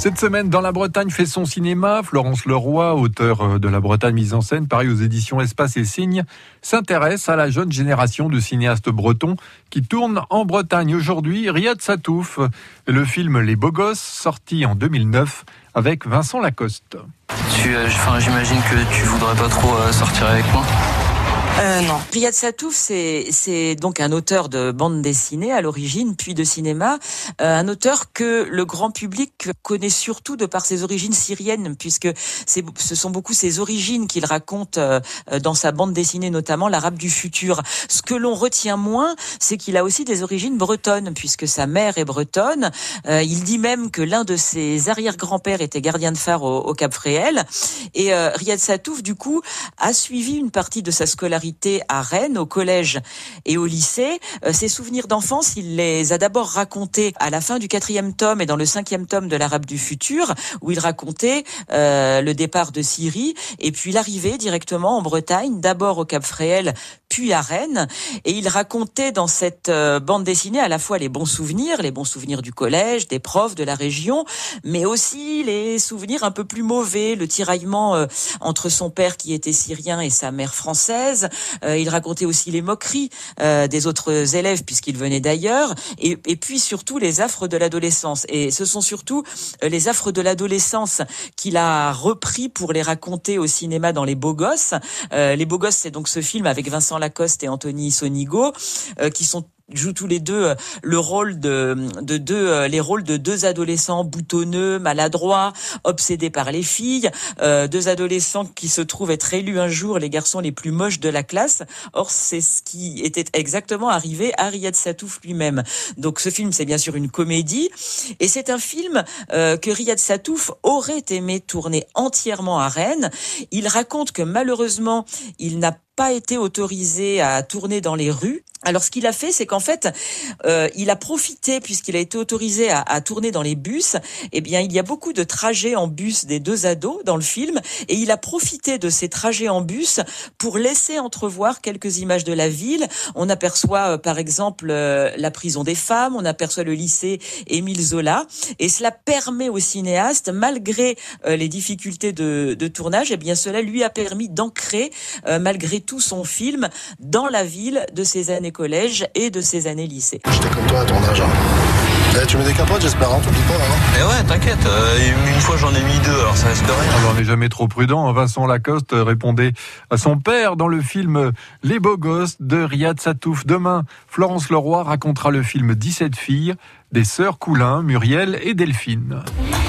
Cette semaine, dans la Bretagne fait son cinéma. Florence Leroy, auteure de La Bretagne mise en scène, paru aux éditions Espace et Signes, s'intéresse à la jeune génération de cinéastes bretons qui tournent en Bretagne. Aujourd'hui, Riyad Sattouf, le film Les Beaux Gosses, sorti en 2009 avec Vincent Lacoste. J'imagine que tu voudrais pas trop sortir avec moi. Non. Riyad Sattouf, c'est donc un auteur de bande dessinée à l'origine, puis de cinéma. Un auteur que le grand public connaît surtout de par ses origines syriennes, puisque ce sont beaucoup ses origines qu'il raconte dans sa bande dessinée, notamment l'Arabe du futur. Ce que l'on retient moins, c'est qu'il a aussi des origines bretonnes, puisque sa mère est bretonne. Il dit même que l'un de ses arrière-grands-pères était gardien de phare au Cap Fréhel. Et Riyad Sattouf, du coup, a suivi une partie de sa scolarité à Rennes, au collège et au lycée. Ses souvenirs d'enfance, il les a d'abord racontés à la fin du 4e tome et dans le 5e tome de l'Arabe du futur, où il racontait le départ de Syrie et puis l'arrivée directement en Bretagne, d'abord au Cap Fréhel, puis à Rennes. Et il racontait dans cette bande dessinée à la fois les bons souvenirs du collège, des profs, de la région, mais aussi les souvenirs un peu plus mauvais, le tiraillement entre son père qui était syrien et sa mère française. Il racontait aussi les moqueries des autres élèves puisqu'ils venaient d'ailleurs, et puis surtout les affres de l'adolescence. Et ce sont surtout les affres de l'adolescence qu'il a repris pour les raconter au cinéma dans Les Beaux Gosses. Les Beaux Gosses, c'est donc ce film avec Vincent Lacoste et Anthony Sonigo qui jouent tous les deux le rôle les rôles de deux adolescents boutonneux, maladroits, obsédés par les filles, deux adolescents qui se trouvent être élus un jour les garçons les plus moches de la classe. Or, c'est ce qui était exactement arrivé à Riyad Sattouf lui-même. Donc, ce film, c'est bien sûr une comédie, et c'est un film que Riyad Sattouf aurait aimé tourner entièrement à Rennes. Il raconte que malheureusement, il n'a pas été autorisé à tourner dans les rues. Alors, ce qu'il a fait, c'est qu'en fait, il a profité, puisqu'il a été autorisé à tourner dans les bus. Eh bien, il y a beaucoup de trajets en bus des deux ados dans le film, et il a profité de ces trajets en bus pour laisser entrevoir quelques images de la ville. On aperçoit, par exemple, la prison des femmes, on aperçoit le lycée Émile Zola, et cela permet au cinéaste, malgré les difficultés de tournage, eh bien, cela lui a permis d'ancrer, malgré tout son film, dans la ville de ses années collège et de ses années lycée. J'étais comme toi à ton âge. Tu mets des capotes, j'espère, hein, t'oublies pas, hein. Eh ouais, t'inquiète, une fois j'en ai mis 2, alors ça reste de rien. Alors, on n'est jamais trop prudent. Vincent Lacoste répondait à son père dans le film Les Beaux Gosses de Riyad Sattouf. Demain, Florence Leroy racontera le film 17 filles des sœurs Coulin, Muriel et Delphine.